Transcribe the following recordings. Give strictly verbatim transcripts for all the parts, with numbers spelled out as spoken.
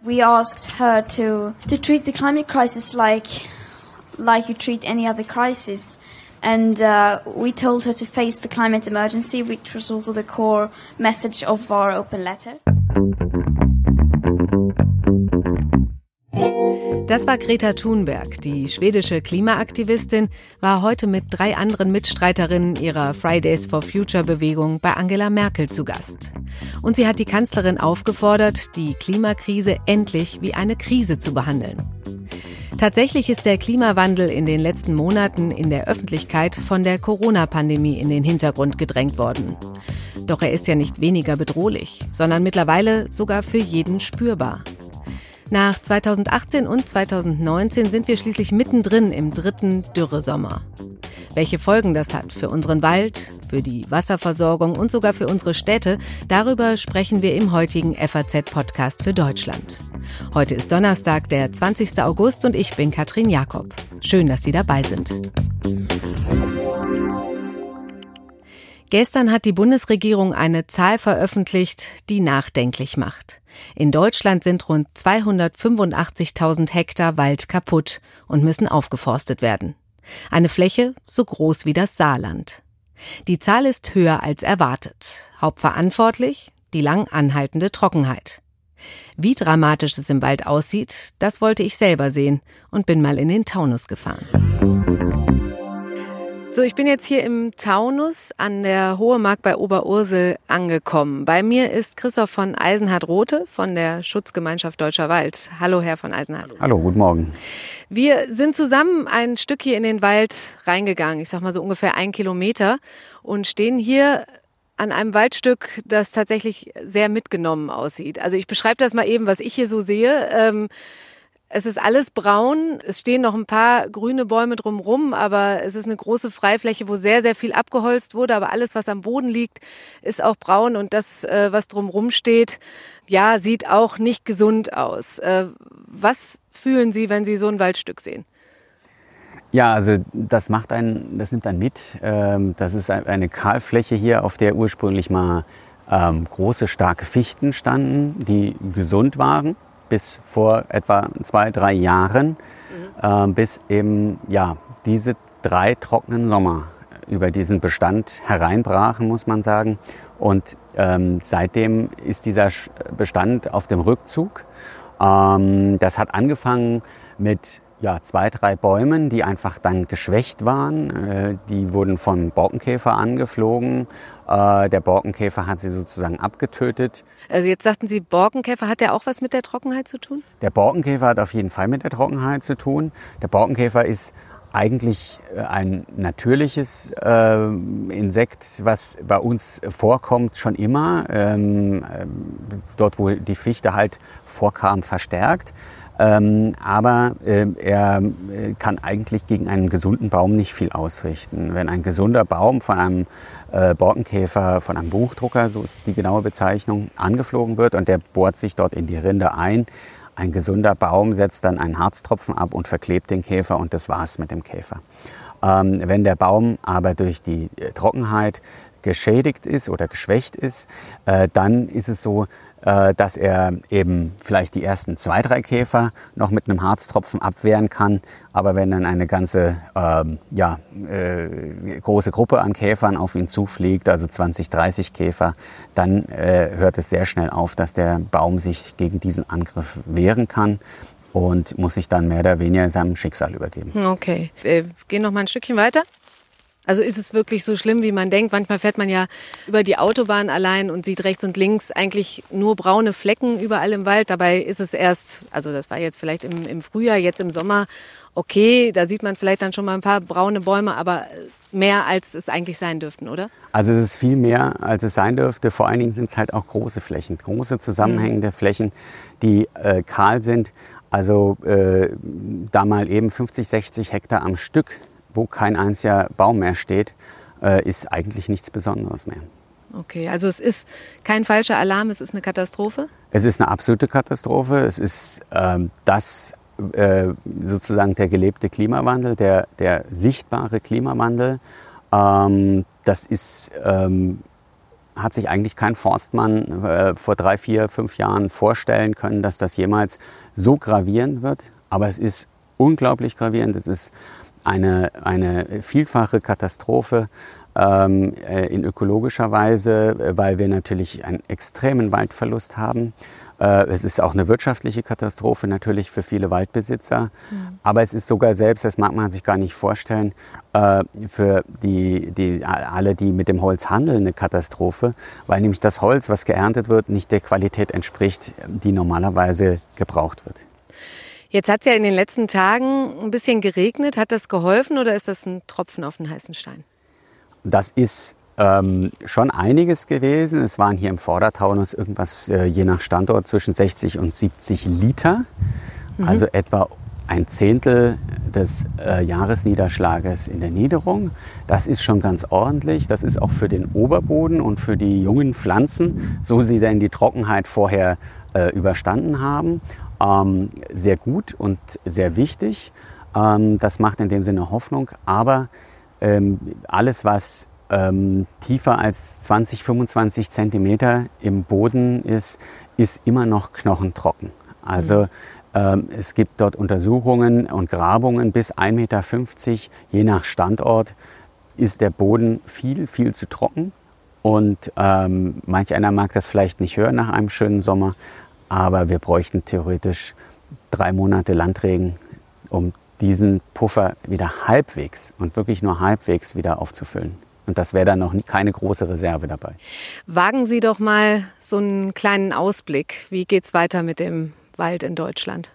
We asked her to to treat the climate crisis like like you treat any other crisis. And uh, we told her to face the climate emergency, which was also the core message of our open letter. Das war Greta Thunberg. Die schwedische Klimaaktivistin war heute mit drei anderen Mitstreiterinnen ihrer Fridays for Future-Bewegung bei Angela Merkel zu Gast. Und sie hat die Kanzlerin aufgefordert, die Klimakrise endlich wie eine Krise zu behandeln. Tatsächlich ist der Klimawandel in den letzten Monaten in der Öffentlichkeit von der Corona-Pandemie in den Hintergrund gedrängt worden. Doch er ist ja nicht weniger bedrohlich, sondern mittlerweile sogar für jeden spürbar. Nach zweitausendachtzehn und zweitausendneunzehn sind wir schließlich mittendrin im dritten Dürresommer. Welche Folgen das hat für unseren Wald, für die Wasserversorgung und sogar für unsere Städte, darüber sprechen wir im heutigen F A Z-Podcast für Deutschland. Heute ist Donnerstag, der zwanzigsten August und ich bin Katrin Jakob. Schön, dass Sie dabei sind. Gestern hat die Bundesregierung eine Zahl veröffentlicht, die nachdenklich macht. In Deutschland sind rund zweihundertfünfundachtzigtausend Hektar Wald kaputt und müssen aufgeforstet werden. Eine Fläche so groß wie das Saarland. Die Zahl ist höher als erwartet. Hauptverantwortlich die lang anhaltende Trockenheit. Wie dramatisch es im Wald aussieht, das wollte ich selber sehen und bin mal in den Taunus gefahren. So, ich bin jetzt hier im Taunus an der Hohe Mark bei Oberursel angekommen. Bei mir ist Christoph von Eisenhardt-Rothe von der Schutzgemeinschaft Deutscher Wald. Hallo, Herr von Eisenhardt. Hallo, guten Morgen. Wir sind zusammen ein Stück hier in den Wald reingegangen, ich sag mal so ungefähr ein Kilometer, und stehen hier an einem Waldstück, das tatsächlich sehr mitgenommen aussieht. Also ich beschreibe das mal eben, was ich hier so sehe. Ähm, Es ist alles braun, es stehen noch ein paar grüne Bäume drumherum, aber es ist eine große Freifläche, wo sehr, sehr viel abgeholzt wurde. Aber alles, was am Boden liegt, ist auch braun, und das, was drumherum steht, ja, sieht auch nicht gesund aus. Was fühlen Sie, wenn Sie so ein Waldstück sehen? Ja, also das macht einen, das nimmt einen mit. Das ist eine Kahlfläche hier, auf der ursprünglich mal große, starke Fichten standen, die gesund waren. Bis vor etwa zwei, drei Jahren, mhm. äh, bis eben ja, diese drei trockenen Sommer über diesen Bestand hereinbrachen, muss man sagen. Und ähm, seitdem ist dieser Bestand auf dem Rückzug. Ähm, das hat angefangen mit ja, zwei, drei Bäumen, die einfach dann geschwächt waren. Äh, die wurden vom Borkenkäfer angeflogen. Äh, der Borkenkäfer hat sie sozusagen abgetötet. Also jetzt sagten Sie, Borkenkäfer, hat der auch was mit der Trockenheit zu tun? Der Borkenkäfer hat auf jeden Fall mit der Trockenheit zu tun. Der Borkenkäfer ist eigentlich ein natürliches äh, Insekt, was bei uns vorkommt schon immer. Ähm, dort, wo die Fichte halt vorkam, verstärkt. Ähm, aber äh, er kann eigentlich gegen einen gesunden Baum nicht viel ausrichten. Wenn ein gesunder Baum von einem äh, Borkenkäfer, von einem Buchdrucker, so ist die genaue Bezeichnung, angeflogen wird und der bohrt sich dort in die Rinde ein, ein gesunder Baum setzt dann einen Harztropfen ab und verklebt den Käfer, und das war's mit dem Käfer. Ähm, wenn der Baum aber durch die äh, Trockenheit geschädigt ist oder geschwächt ist, äh, dann ist es so, äh, dass er eben vielleicht die ersten zwei, drei Käfer noch mit einem Harztropfen abwehren kann. Aber wenn dann eine ganze ähm, ja, äh, große Gruppe an Käfern auf ihn zufliegt, also zwanzig, dreißig Käfer, dann äh, hört es sehr schnell auf, dass der Baum sich gegen diesen Angriff wehren kann und muss sich dann mehr oder weniger seinem Schicksal übergeben. Okay, wir gehen noch mal ein Stückchen weiter. Also ist es wirklich so schlimm, wie man denkt? Manchmal fährt man ja über die Autobahn allein und sieht rechts und links eigentlich nur braune Flecken überall im Wald. Dabei ist es erst, also das war jetzt vielleicht im, im Frühjahr, jetzt im Sommer, okay, da sieht man vielleicht dann schon mal ein paar braune Bäume, aber mehr als es eigentlich sein dürften, oder? Also es ist viel mehr, als es sein dürfte. Vor allen Dingen sind es halt auch große Flächen, große zusammenhängende mhm. Flächen, die äh, kahl sind. Also äh, da mal eben fünfzig, sechzig Hektar am Stück, wo kein einziger Baum mehr steht, äh, ist eigentlich nichts Besonderes mehr. Okay, also es ist kein falscher Alarm, es ist eine Katastrophe? Es ist eine absolute Katastrophe. Es ist ähm, das äh, sozusagen der gelebte Klimawandel, der, der sichtbare Klimawandel. Ähm, das ist ähm, hat sich eigentlich kein Forstmann äh, vor drei, vier, fünf Jahren vorstellen können, dass das jemals so gravierend wird. Aber es ist unglaublich gravierend. Es ist eine, eine vielfache Katastrophe ähm, in ökologischer Weise, weil wir natürlich einen extremen Waldverlust haben. Äh, es ist auch eine wirtschaftliche Katastrophe natürlich für viele Waldbesitzer. Mhm. Aber es ist sogar selbst, das mag man sich gar nicht vorstellen, äh, für die, die, alle, die mit dem Holz handeln, eine Katastrophe, weil nämlich das Holz, was geerntet wird, nicht der Qualität entspricht, die normalerweise gebraucht wird. Jetzt hat es ja in den letzten Tagen ein bisschen geregnet. Hat das geholfen oder ist das ein Tropfen auf den heißen Stein? Das ist ähm, schon einiges gewesen. Es waren hier im Vordertaunus irgendwas, äh, je nach Standort, zwischen sechzig und siebzig Liter. Mhm. Also etwa ein Zehntel des äh, Jahresniederschlages in der Niederung. Das ist schon ganz ordentlich. Das ist auch für den Oberboden und für die jungen Pflanzen, so sie denn die Trockenheit vorher äh, überstanden haben, ähm, sehr gut und sehr wichtig. Ähm, das macht in dem Sinne Hoffnung. Aber ähm, alles, was ähm, tiefer als zwanzig, fünfundzwanzig Zentimeter im Boden ist, ist immer noch knochentrocken. Also mhm. Es gibt dort Untersuchungen und Grabungen bis ein Meter fünfzig. Je nach Standort ist der Boden viel, viel zu trocken. Und ähm, manch einer mag das vielleicht nicht hören nach einem schönen Sommer. Aber wir bräuchten theoretisch drei Monate Landregen, um diesen Puffer wieder halbwegs und wirklich nur halbwegs wieder aufzufüllen. Und das wäre dann noch nie, keine große Reserve dabei. Wagen Sie doch mal so einen kleinen Ausblick. Wie geht's weiter mit dem Wald in Deutschland?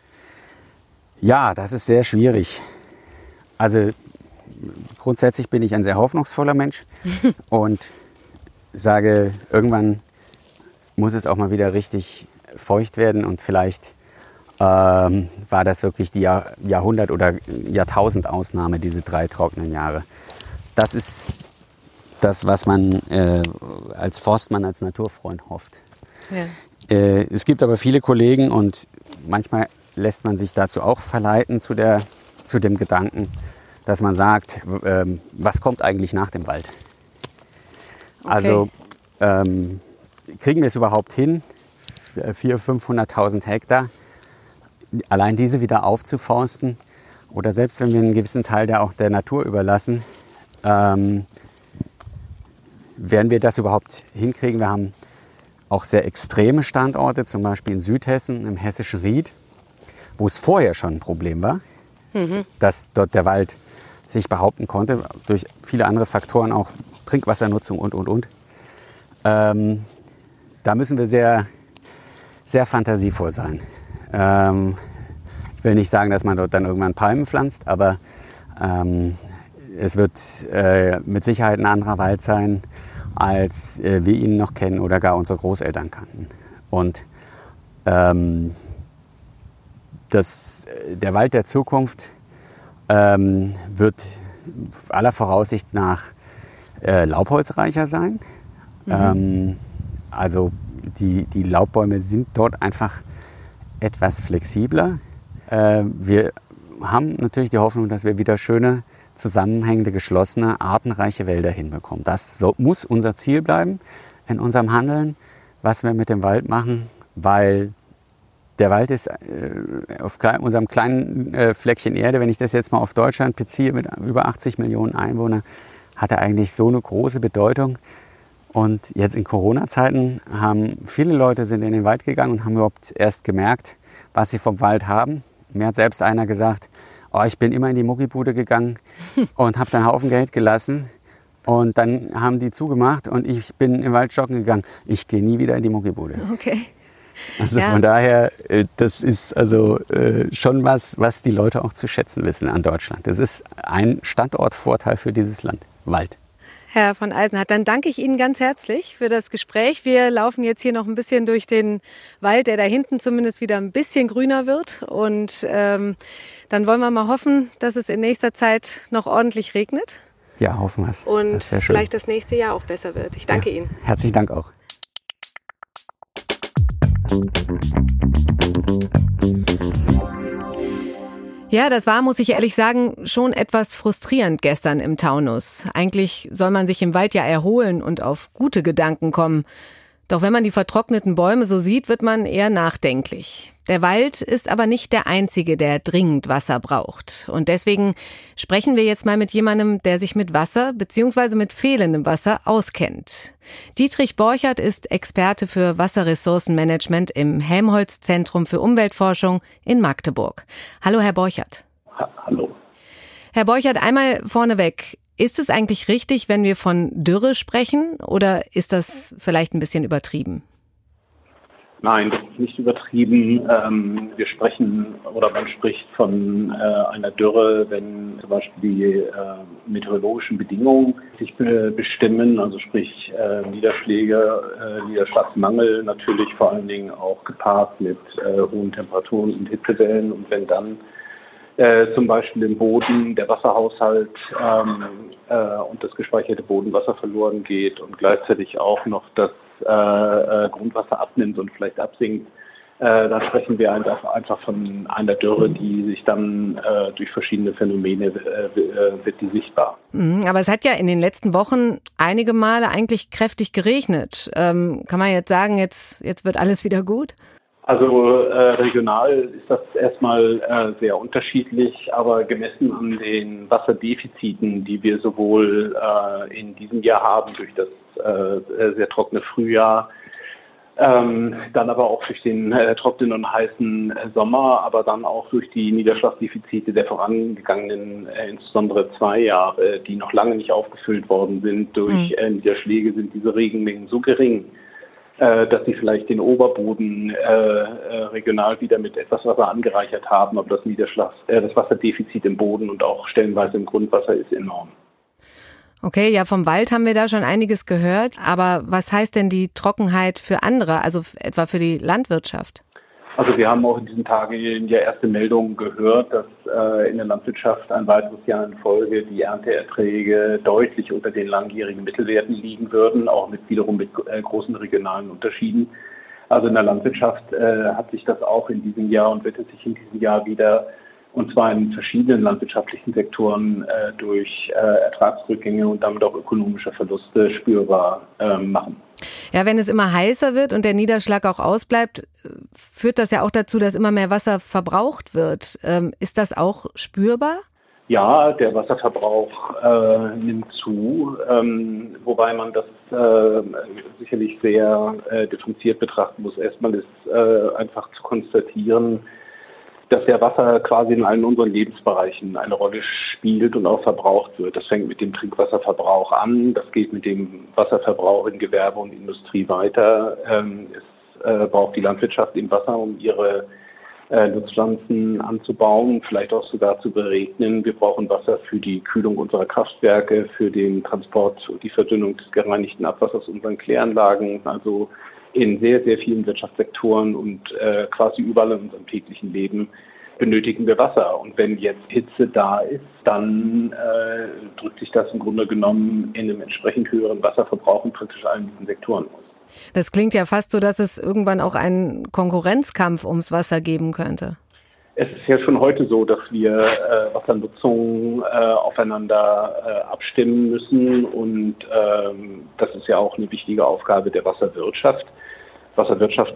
Ja, das ist sehr schwierig. Also grundsätzlich bin ich ein sehr hoffnungsvoller Mensch und sage, irgendwann muss es auch mal wieder richtig feucht werden und vielleicht ähm, war das wirklich die Jahr, Jahrhundert- oder Jahrtausend-Ausnahme, diese drei trockenen Jahre. Das ist das, was man äh, als Forstmann, als Naturfreund hofft. Ja. Es gibt aber viele Kollegen und manchmal lässt man sich dazu auch verleiten, zu, der, zu dem Gedanken, dass man sagt, ähm, was kommt eigentlich nach dem Wald? Okay. Also ähm, kriegen wir es überhaupt hin, vierhunderttausend, fünfhunderttausend Hektar, allein diese wieder aufzuforsten? Oder selbst wenn wir einen gewissen Teil der auch der Natur überlassen, ähm, werden wir das überhaupt hinkriegen? Wir haben auch sehr extreme Standorte, zum Beispiel in Südhessen, im hessischen Ried, wo es vorher schon ein Problem war, mhm. dass dort der Wald sich behaupten konnte, durch viele andere Faktoren, auch Trinkwassernutzung und, und, und. Ähm, da müssen wir sehr, sehr fantasievoll sein. Ähm, ich will nicht sagen, dass man dort dann irgendwann Palmen pflanzt, aber ähm, es wird äh, mit Sicherheit ein anderer Wald sein, als äh, wir ihn noch kennen oder gar unsere Großeltern kannten. Und ähm, das, der Wald der Zukunft ähm, wird aller Voraussicht nach äh, laubholzreicher sein. Mhm. Ähm, also die, die Laubbäume sind dort einfach etwas flexibler. Äh, wir haben natürlich die Hoffnung, dass wir wieder schöne, zusammenhängende, geschlossene, artenreiche Wälder hinbekommen. Das so, muss unser Ziel bleiben in unserem Handeln, was wir mit dem Wald machen, weil der Wald ist äh, auf klein, unserem kleinen äh, Fleckchen Erde, wenn ich das jetzt mal auf Deutschland beziehe, mit über achtzig Millionen Einwohnern, hat er eigentlich so eine große Bedeutung. Und jetzt in Corona-Zeiten haben viele Leute sind in den Wald gegangen und haben überhaupt erst gemerkt, was sie vom Wald haben. Mir hat selbst einer gesagt, oh, ich bin immer in die Muckibude gegangen und habe dann einen Haufen Geld gelassen. Und dann haben die zugemacht und ich bin im Wald joggen gegangen. Ich gehe nie wieder in die Muckibude. Okay. Also ja. Von daher, das ist also schon was, was die Leute auch zu schätzen wissen an Deutschland. Das ist ein Standortvorteil für dieses Land, Wald. Herr von Eisenhardt, dann danke ich Ihnen ganz herzlich für das Gespräch. Wir laufen jetzt hier noch ein bisschen durch den Wald, der da hinten zumindest wieder ein bisschen grüner wird. Und ähm, dann wollen wir mal hoffen, dass es in nächster Zeit noch ordentlich regnet. Ja, hoffen wir es. Und das vielleicht das nächste Jahr auch besser wird. Ich danke ja, Ihnen. Herzlichen Dank auch. Ja, Ja, das war, muss ich ehrlich sagen, schon etwas frustrierend gestern im Taunus. Eigentlich soll man sich im Wald ja erholen und auf gute Gedanken kommen. Doch wenn man die vertrockneten Bäume so sieht, wird man eher nachdenklich. Der Wald ist aber nicht der einzige, der dringend Wasser braucht. Und deswegen sprechen wir jetzt mal mit jemandem, der sich mit Wasser bzw. mit fehlendem Wasser auskennt. Dietrich Borchert ist Experte für Wasserressourcenmanagement im Helmholtz-Zentrum für Umweltforschung in Magdeburg. Hallo, Herr Borchert. Ha- Hallo. Herr Borchert, einmal vorneweg. Ist es eigentlich richtig, wenn wir von Dürre sprechen, oder ist das vielleicht ein bisschen übertrieben? Nein, das ist nicht übertrieben. Ähm, wir sprechen oder man spricht von äh, einer Dürre, wenn zum Beispiel die äh, meteorologischen Bedingungen sich be- bestimmen, also sprich äh, Niederschläge, äh, Niederschlagsmangel, natürlich vor allen Dingen auch gepaart mit äh, hohen Temperaturen und Hitzewellen, und wenn dann Äh, zum Beispiel im Boden der Wasserhaushalt ähm, äh, und das gespeicherte Bodenwasser verloren geht und gleichzeitig auch noch das äh, äh, Grundwasser abnimmt und vielleicht absinkt, äh, dann sprechen wir einfach, einfach von einer Dürre, die sich dann äh, durch verschiedene Phänomene äh, wird die sichtbar. Aber es hat ja in den letzten Wochen einige Male eigentlich kräftig geregnet. Ähm, kann man jetzt sagen, jetzt, jetzt wird alles wieder gut? Also äh, regional ist das erstmal äh, sehr unterschiedlich, aber gemessen an den Wasserdefiziten, die wir sowohl äh, in diesem Jahr haben durch das äh, sehr trockene Frühjahr, ähm, dann aber auch durch den äh, trockenen und heißen äh, Sommer, aber dann auch durch die Niederschlagsdefizite der vorangegangenen, äh, insbesondere zwei Jahre, die noch lange nicht aufgefüllt worden sind durch äh, Niederschläge, sind diese Regenmengen so gering, dass sie vielleicht den Oberboden äh, regional wieder mit etwas Wasser angereichert haben, aber das Niederschlags, äh, das Wasserdefizit im Boden und auch stellenweise im Grundwasser ist enorm. Okay, ja, vom Wald haben wir da schon einiges gehört, aber was heißt denn die Trockenheit für andere, also etwa für die Landwirtschaft? Also wir haben auch in diesen Tagen ja erste Meldungen gehört, dass äh, in der Landwirtschaft ein weiteres Jahr in Folge die Ernteerträge deutlich unter den langjährigen Mittelwerten liegen würden, auch mit wiederum mit äh, großen regionalen Unterschieden. Also in der Landwirtschaft äh, hat sich das auch in diesem Jahr und wird es sich in diesem Jahr wieder, und zwar in verschiedenen landwirtschaftlichen Sektoren, äh, durch äh, Ertragsrückgänge und damit auch ökonomische Verluste spürbar äh, machen. Ja, wenn es immer heißer wird und der Niederschlag auch ausbleibt, führt das ja auch dazu, dass immer mehr Wasser verbraucht wird. Ähm, ist das auch spürbar? Ja, der Wasserverbrauch äh, nimmt zu, ähm, wobei man das äh, sicherlich sehr äh, differenziert betrachten muss. Erstmal ist äh, einfach zu konstatieren, dass ja Wasser quasi in allen unseren Lebensbereichen eine Rolle spielt und auch verbraucht wird. Das fängt mit dem Trinkwasserverbrauch an, das geht mit dem Wasserverbrauch in Gewerbe und Industrie weiter. Ähm, es äh, braucht die Landwirtschaft eben Wasser, um ihre äh, Nutzpflanzen anzubauen, vielleicht auch sogar zu beregnen. Wir brauchen Wasser für die Kühlung unserer Kraftwerke, für den Transport und die Verdünnung des gereinigten Abwassers unserer Kläranlagen, also in sehr, sehr vielen Wirtschaftssektoren und äh, quasi überall in unserem täglichen Leben benötigen wir Wasser. Und wenn jetzt Hitze da ist, dann äh, drückt sich das im Grunde genommen in einem entsprechend höheren Wasserverbrauch in praktisch allen diesen Sektoren aus. Das klingt ja fast so, dass es irgendwann auch einen Konkurrenzkampf ums Wasser geben könnte. Es ist ja schon heute so, dass wir äh, Wassernutzung äh, aufeinander äh, abstimmen müssen, und ähm, das ist ja auch eine wichtige Aufgabe der Wasserwirtschaft. Wasserwirtschaft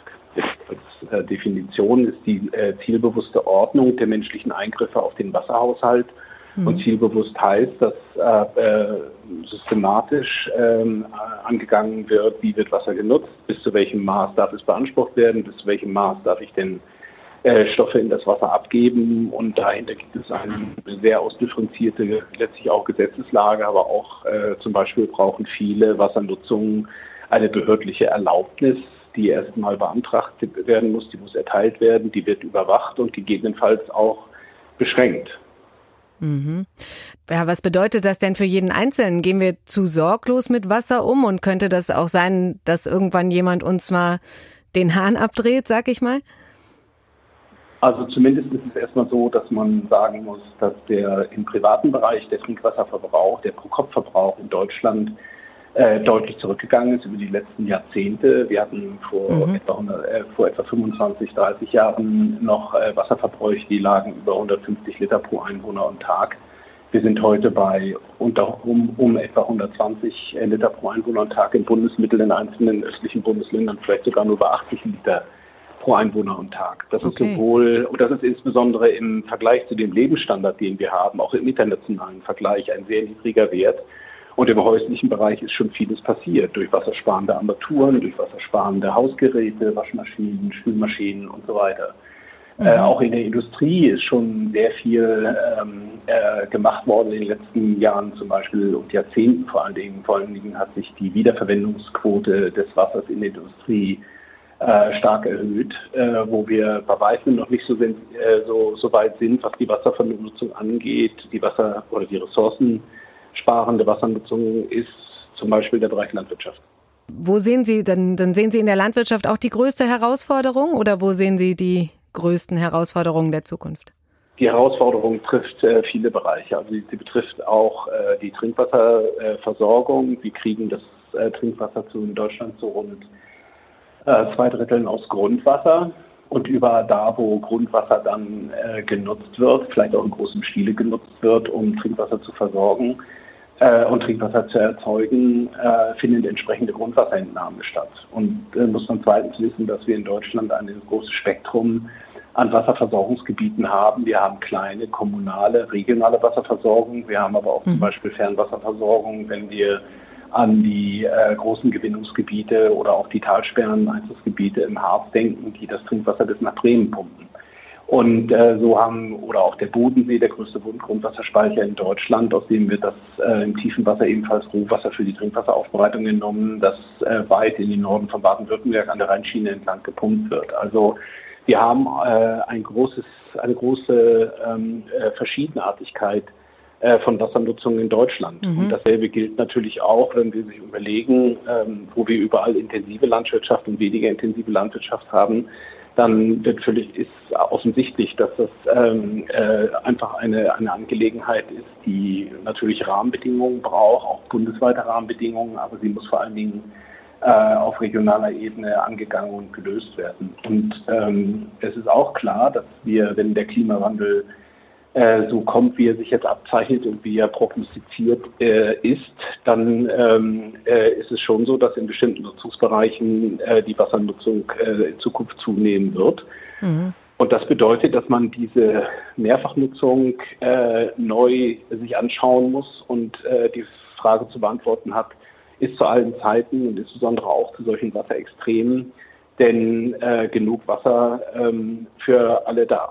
als äh, Definition ist die äh, zielbewusste Ordnung der menschlichen Eingriffe auf den Wasserhaushalt. Mhm. Und zielbewusst heißt, dass äh, äh, systematisch äh, angegangen wird, wie wird Wasser genutzt, bis zu welchem Maß darf es beansprucht werden, bis zu welchem Maß darf ich denn Stoffe in das Wasser abgeben, und dahinter gibt es eine sehr ausdifferenzierte, letztlich auch Gesetzeslage, aber auch äh, zum Beispiel brauchen viele Wassernutzungen eine behördliche Erlaubnis, die erstmal beantragt werden muss, die muss erteilt werden, die wird überwacht und gegebenenfalls auch beschränkt. Mhm. Ja, was bedeutet das denn für jeden Einzelnen? Gehen wir zu sorglos mit Wasser um, und könnte das auch sein, dass irgendwann jemand uns mal den Hahn abdreht, sag ich mal? Also zumindest ist es erstmal so, dass man sagen muss, dass der im privaten Bereich der Trinkwasserverbrauch, der Pro-Kopf-Verbrauch in Deutschland äh, deutlich zurückgegangen ist über die letzten Jahrzehnte. Wir hatten vor, mhm. etwa, hundert, äh, vor etwa fünfundzwanzig, dreißig Jahren noch äh, Wasserverbräuche, die lagen über hundertfünfzig Liter pro Einwohner und Tag. Wir sind heute bei unter, um, um etwa hundertzwanzig Liter pro Einwohner und Tag in Bundesmitteln, in einzelnen östlichen Bundesländern vielleicht sogar nur bei achtzig Liter pro Einwohner und Tag. Das okay. ist sowohl, und das ist insbesondere im Vergleich zu dem Lebensstandard, den wir haben, auch im internationalen Vergleich ein sehr niedriger Wert. Und im häuslichen Bereich ist schon vieles passiert, durch wassersparende Armaturen, durch wassersparende Hausgeräte, Waschmaschinen, Spülmaschinen und so weiter. Mhm. Äh, auch in der Industrie ist schon sehr viel ähm, äh, gemacht worden in den letzten Jahren zum Beispiel und Jahrzehnten vor allen Dingen. Vor allen Dingen hat sich die Wiederverwendungsquote des Wassers in der Industrie äh, stark erhöht, äh, wo wir bei weitem noch nicht so, sind, äh, so, so weit sind, was die Wasservernutzung angeht, die Wasser- oder die ressourcensparende Wassernutzung ist zum Beispiel der Bereich Landwirtschaft. Wo sehen Sie denn, dann sehen Sie in der Landwirtschaft auch die größte Herausforderung oder wo sehen Sie die größten Herausforderungen der Zukunft? Die Herausforderung trifft äh, viele Bereiche. Also sie, sie betrifft auch äh, die Trinkwasserversorgung. Äh, Wir kriegen das äh, Trinkwasser zu in Deutschland zu rund äh, zwei Dritteln aus Grundwasser. Und überall da, wo Grundwasser dann äh, genutzt wird, vielleicht auch in großem Stile genutzt wird, um Trinkwasser zu versorgen äh, und Trinkwasser zu erzeugen, äh, findet entsprechende Grundwasserentnahme statt. Und äh, muss man zweitens wissen, dass wir in Deutschland ein großes Spektrum an Wasserversorgungsgebieten haben. Wir haben kleine kommunale, regionale Wasserversorgung. Wir haben aber auch mhm. zum Beispiel Fernwasserversorgung, wenn wir an die äh, großen Gewinnungsgebiete oder auch die Talsperren, Einzugsgebiete im Harz denken, die das Trinkwasser bis nach Bremen pumpen. Und äh, so haben, oder auch der Bodensee, der größte Grundwasserspeicher in Deutschland, aus dem wird das äh, im tiefen Wasser ebenfalls Rohwasser für die Trinkwasseraufbereitung genommen, das äh, weit in den Norden von Baden-Württemberg an der Rheinschiene entlang gepumpt wird. Also wir haben äh, ein großes, eine große ähm, äh, Verschiedenartigkeit äh, von Wassernutzung in Deutschland. Mhm. Und dasselbe gilt natürlich auch, wenn wir sich überlegen, ähm, wo wir überall intensive Landwirtschaft und weniger intensive Landwirtschaft haben, dann wird völlig ist offensichtlich, dass das ähm, äh, einfach eine, eine Angelegenheit ist, die natürlich Rahmenbedingungen braucht, auch bundesweite Rahmenbedingungen, aber sie muss vor allen Dingen auf regionaler Ebene angegangen und gelöst werden. Und ähm, es ist auch klar, dass wir, wenn der Klimawandel äh, so kommt, wie er sich jetzt abzeichnet und wie er prognostiziert äh, ist, dann ähm, äh, ist es schon so, dass in bestimmten Nutzungsbereichen äh, die Wassernutzung äh, in Zukunft zunehmen wird. Mhm. Und das bedeutet, dass man diese Mehrfachnutzung äh, neu sich anschauen muss und äh, die Frage zu beantworten hat, ist zu allen Zeiten und insbesondere auch zu solchen Wasserextremen denn äh, genug Wasser ähm, für alle da.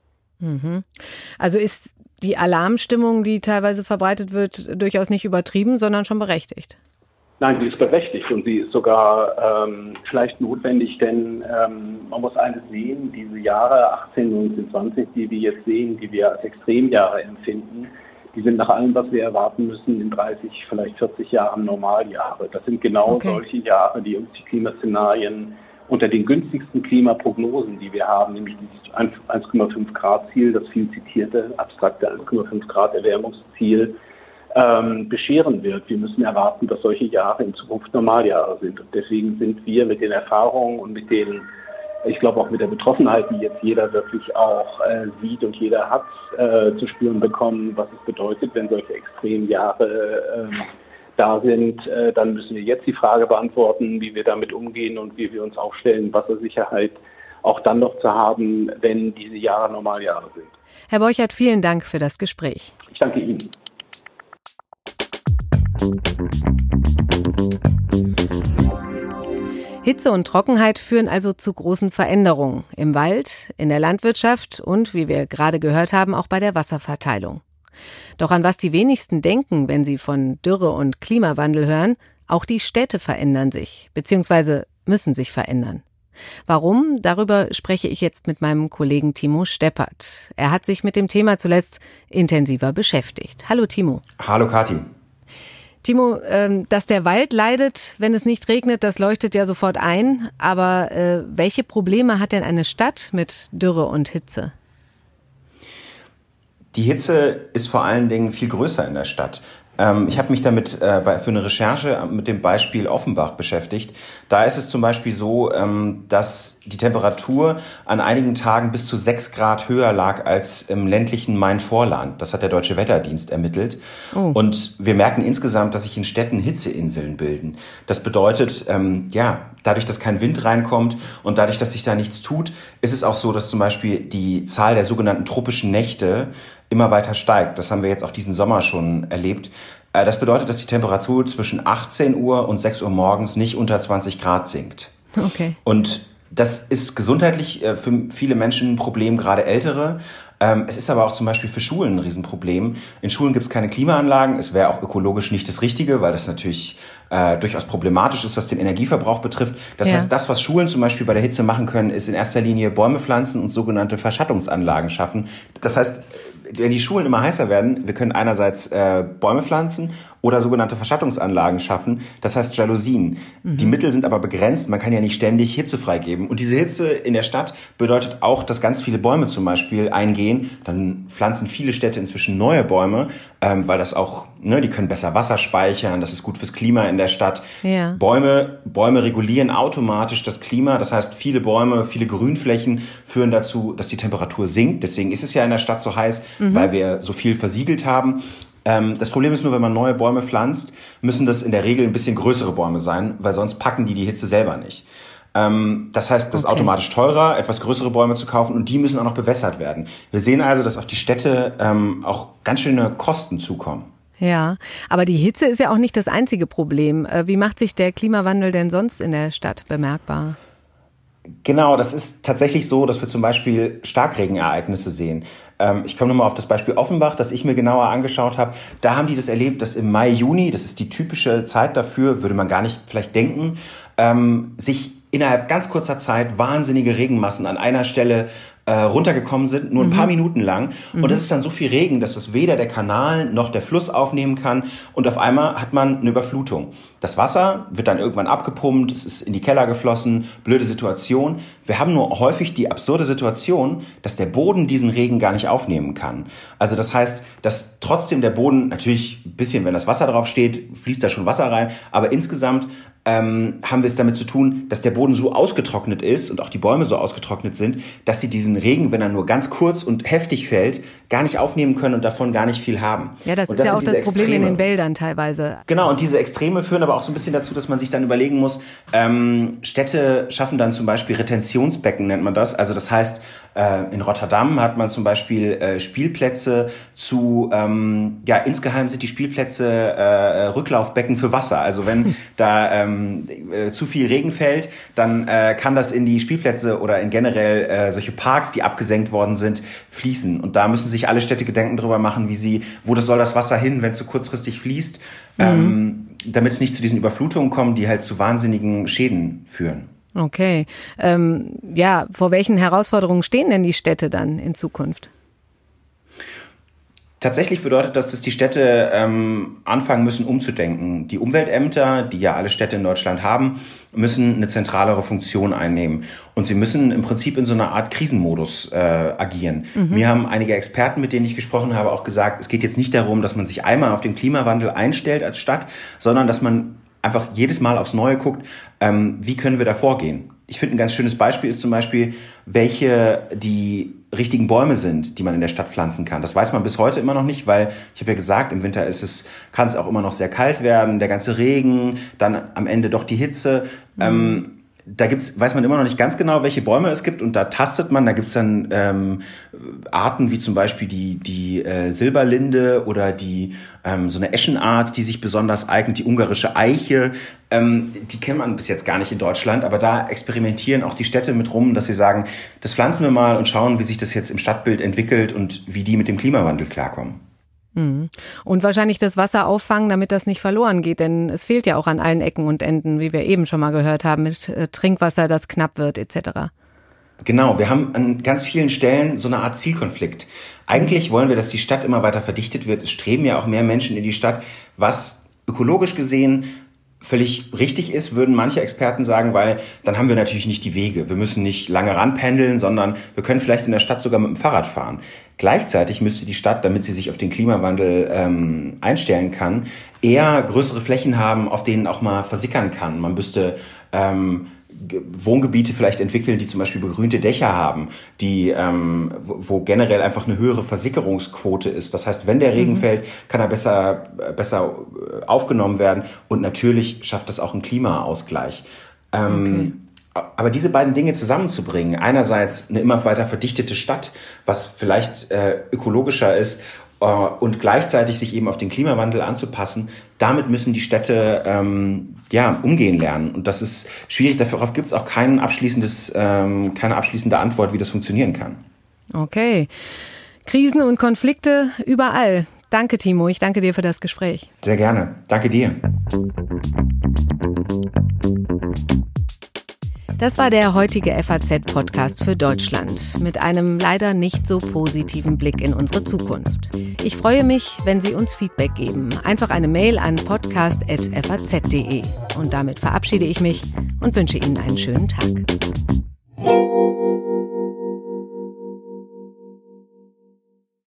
Mhm. Also ist die Alarmstimmung, die teilweise verbreitet wird, durchaus nicht übertrieben, sondern schon berechtigt? Nein, die ist berechtigt und sie ist sogar ähm, vielleicht notwendig, denn ähm, man muss eines sehen, diese Jahre achtzehn, neunzehn, zwanzig, die wir jetzt sehen, die wir als Extremjahre empfinden, die sind nach allem, was wir erwarten müssen, in dreißig, vielleicht vierzig Jahren Normaljahre. Das sind genau okay. solche Jahre, die uns die Klimaszenarien unter den günstigsten Klimaprognosen, die wir haben, nämlich dieses eins Komma fünf Grad Ziel, das viel zitierte, abstrakte eins Komma fünf Grad Erwärmungsziel, ähm, bescheren wird. Wir müssen erwarten, dass solche Jahre in Zukunft Normaljahre sind. Und deswegen sind wir mit den Erfahrungen und mit den Ich glaube auch mit der Betroffenheit, die jetzt jeder wirklich auch äh, sieht und jeder hat, äh, zu spüren bekommen, was es bedeutet, wenn solche Extremjahre äh, da sind, äh, dann müssen wir jetzt die Frage beantworten, wie wir damit umgehen und wie wir uns aufstellen, Wassersicherheit auch dann noch zu haben, wenn diese Jahre Normaljahre sind. Herr Borchert, vielen Dank für das Gespräch. Ich danke Ihnen. Hitze und Trockenheit führen also zu großen Veränderungen im Wald, in der Landwirtschaft und, wie wir gerade gehört haben, auch bei der Wasserverteilung. Doch an was die wenigsten denken, wenn sie von Dürre und Klimawandel hören, auch die Städte verändern sich, beziehungsweise müssen sich verändern. Warum? Darüber spreche ich jetzt mit meinem Kollegen Timo Steppert. Er hat sich mit dem Thema zuletzt intensiver beschäftigt. Hallo Timo. Hallo Kathi. Timo, dass der Wald leidet, wenn es nicht regnet, das leuchtet ja sofort ein. Aber äh, welche Probleme hat denn eine Stadt mit Dürre und Hitze? Die Hitze ist vor allen Dingen viel größer in der Stadt. Ähm, ich habe mich damit äh, bei, für eine Recherche mit dem Beispiel Offenbach beschäftigt. Da ist es zum Beispiel so, ähm, dass die Temperatur an einigen Tagen bis zu sechs Grad höher lag als im ländlichen Main-Vorland. Das hat der Deutsche Wetterdienst ermittelt. Oh. Und wir merken insgesamt, dass sich in Städten Hitzeinseln bilden. Das bedeutet, ähm, ja, dadurch, dass kein Wind reinkommt und dadurch, dass sich da nichts tut, ist es auch so, dass zum Beispiel die Zahl der sogenannten tropischen Nächte immer weiter steigt. Das haben wir jetzt auch diesen Sommer schon erlebt. Das bedeutet, dass die Temperatur zwischen achtzehn Uhr und sechs Uhr morgens nicht unter zwanzig Grad sinkt. Okay. Und das ist gesundheitlich für viele Menschen ein Problem, gerade Ältere. Es ist aber auch zum Beispiel für Schulen ein Riesenproblem. In Schulen gibt es keine Klimaanlagen. Es wäre auch ökologisch nicht das Richtige, weil das natürlich äh, durchaus problematisch ist, was den Energieverbrauch betrifft. Das ja. heißt, das, was Schulen zum Beispiel bei der Hitze machen können, ist in erster Linie Bäume pflanzen und sogenannte Verschattungsanlagen schaffen. Das heißt, wenn die Schulen immer heißer werden, wir können einerseits äh, Bäume pflanzen oder sogenannte Verschattungsanlagen schaffen, das heißt Jalousien. Mhm. Die Mittel sind aber begrenzt, man kann ja nicht ständig Hitze freigeben. Und diese Hitze in der Stadt bedeutet auch, dass ganz viele Bäume zum Beispiel eingehen. Dann pflanzen viele Städte inzwischen neue Bäume, ähm, weil das auch, ne, die können besser Wasser speichern, das ist gut fürs Klima in der Stadt. Ja. Bäume, Bäume regulieren automatisch das Klima, das heißt, viele Bäume, viele Grünflächen führen dazu, dass die Temperatur sinkt. Deswegen ist es ja in der Stadt so heiß, mhm. weil wir so viel versiegelt haben. Ähm, das Problem ist nur, wenn man neue Bäume pflanzt, müssen das in der Regel ein bisschen größere Bäume sein, weil sonst packen die die Hitze selber nicht. Ähm, das heißt, das ist okay. automatisch teurer, etwas größere Bäume zu kaufen und die müssen auch noch bewässert werden. Wir sehen also, dass auf die Städte ähm, auch ganz schöne Kosten zukommen. Ja, aber die Hitze ist ja auch nicht das einzige Problem. Wie macht sich der Klimawandel denn sonst in der Stadt bemerkbar? Genau, das ist tatsächlich so, dass wir zum Beispiel Starkregenereignisse sehen. Ähm, ich komme nochmal auf das Beispiel Offenbach, das ich mir genauer angeschaut habe. Da haben die das erlebt, dass im Mai, Juni, das ist die typische Zeit dafür, würde man gar nicht vielleicht denken, ähm, sich innerhalb ganz kurzer Zeit wahnsinnige Regenmassen an einer Stelle äh, runtergekommen sind, nur ein mhm. paar Minuten lang. Mhm. Und das ist dann so viel Regen, dass das weder der Kanal noch der Fluss aufnehmen kann. Und auf einmal hat man eine Überflutung. Das Wasser wird dann irgendwann abgepumpt, es ist in die Keller geflossen, blöde Situation. Wir haben nur häufig die absurde Situation, dass der Boden diesen Regen gar nicht aufnehmen kann. Also das heißt, dass trotzdem der Boden, natürlich ein bisschen, wenn das Wasser drauf steht, fließt da schon Wasser rein, aber insgesamt ähm, haben wir es damit zu tun, dass der Boden so ausgetrocknet ist und auch die Bäume so ausgetrocknet sind, dass sie diesen Regen, wenn er nur ganz kurz und heftig fällt, gar nicht aufnehmen können und davon gar nicht viel haben. Ja, das und ist das ja auch das Problem Extreme. In den Wäldern teilweise. Genau, und diese Extreme führen aber auch so ein bisschen dazu, dass man sich dann überlegen muss, ähm, Städte schaffen dann zum Beispiel Retentionsbecken, nennt man das. Also das heißt, äh, in Rotterdam hat man zum Beispiel äh, Spielplätze zu, ähm, ja, insgeheim sind die Spielplätze äh, Rücklaufbecken für Wasser. Also wenn da ähm, äh, zu viel Regen fällt, dann äh, kann das in die Spielplätze oder in generell äh, solche Parks, die abgesenkt worden sind, fließen. Und da müssen sich alle Städte Gedanken darüber machen, wie sie, wo das soll das Wasser hin, wenn es so kurzfristig fließt, mhm. ähm, damit es nicht zu diesen Überflutungen kommt, die halt zu wahnsinnigen Schäden führen. Okay. Ähm, ja, vor welchen Herausforderungen stehen denn die Städte dann in Zukunft? Tatsächlich bedeutet das, dass die Städte ähm, anfangen müssen, umzudenken. Die Umweltämter, die ja alle Städte in Deutschland haben, müssen eine zentralere Funktion einnehmen. Und sie müssen im Prinzip in so einer Art Krisenmodus äh, agieren. Mhm. Mir haben einige Experten, mit denen ich gesprochen habe, auch gesagt, es geht jetzt nicht darum, dass man sich einmal auf den Klimawandel einstellt als Stadt, sondern dass man einfach jedes Mal aufs Neue guckt, ähm, wie können wir da vorgehen. Ich finde, ein ganz schönes Beispiel ist zum Beispiel, welche die richtigen Bäume sind, die man in der Stadt pflanzen kann. Das weiß man bis heute immer noch nicht, weil, ich habe ja gesagt, im Winter ist es, kann es auch immer noch sehr kalt werden, der ganze Regen, dann am Ende doch die Hitze. Mhm. Ähm, Da gibt's, weiß man immer noch nicht ganz genau, welche Bäume es gibt, und da tastet man. Da gibt's dann ähm, Arten wie zum Beispiel die die äh, Silberlinde oder die ähm, so eine Eschenart, die sich besonders eignet, die ungarische Eiche. Ähm, die kennt man bis jetzt gar nicht in Deutschland, aber da experimentieren auch die Städte mit rum, dass sie sagen, das pflanzen wir mal und schauen, wie sich das jetzt im Stadtbild entwickelt und wie die mit dem Klimawandel klarkommen. Und wahrscheinlich das Wasser auffangen, damit das nicht verloren geht, denn es fehlt ja auch an allen Ecken und Enden, wie wir eben schon mal gehört haben, mit Trinkwasser, das knapp wird et cetera. Genau, wir haben an ganz vielen Stellen so eine Art Zielkonflikt. Eigentlich wollen wir, dass die Stadt immer weiter verdichtet wird. Es streben ja auch mehr Menschen in die Stadt, was ökologisch gesehen völlig richtig ist, würden manche Experten sagen, weil dann haben wir natürlich nicht die Wege. Wir müssen nicht lange ranpendeln, sondern wir können vielleicht in der Stadt sogar mit dem Fahrrad fahren. Gleichzeitig müsste die Stadt, damit sie sich auf den Klimawandel ähm, einstellen kann, eher größere Flächen haben, auf denen auch mal versickern kann. Man müsste ähm, Wohngebiete vielleicht entwickeln, die zum Beispiel begrünte Dächer haben, die ähm, wo generell einfach eine höhere Versickerungsquote ist. Das heißt, wenn der Regen mhm. fällt, kann er besser besser aufgenommen werden und natürlich schafft das auch einen Klimaausgleich. Ähm, okay. Aber diese beiden Dinge zusammenzubringen, einerseits eine immer weiter verdichtete Stadt, was vielleicht äh, ökologischer ist, und gleichzeitig sich eben auf den Klimawandel anzupassen, damit müssen die Städte ähm, ja umgehen lernen. Und das ist schwierig, darauf gibt es auch kein abschließendes, ähm, keine abschließende Antwort, wie das funktionieren kann. Okay. Krisen und Konflikte überall. Danke, Timo. Ich danke dir für das Gespräch. Sehr gerne. Danke dir. Das war der heutige F A Z-Podcast für Deutschland mit einem leider nicht so positiven Blick in unsere Zukunft. Ich freue mich, wenn Sie uns Feedback geben. Einfach eine Mail an podcast at f a z punkt d e. Und damit verabschiede ich mich und wünsche Ihnen einen schönen Tag.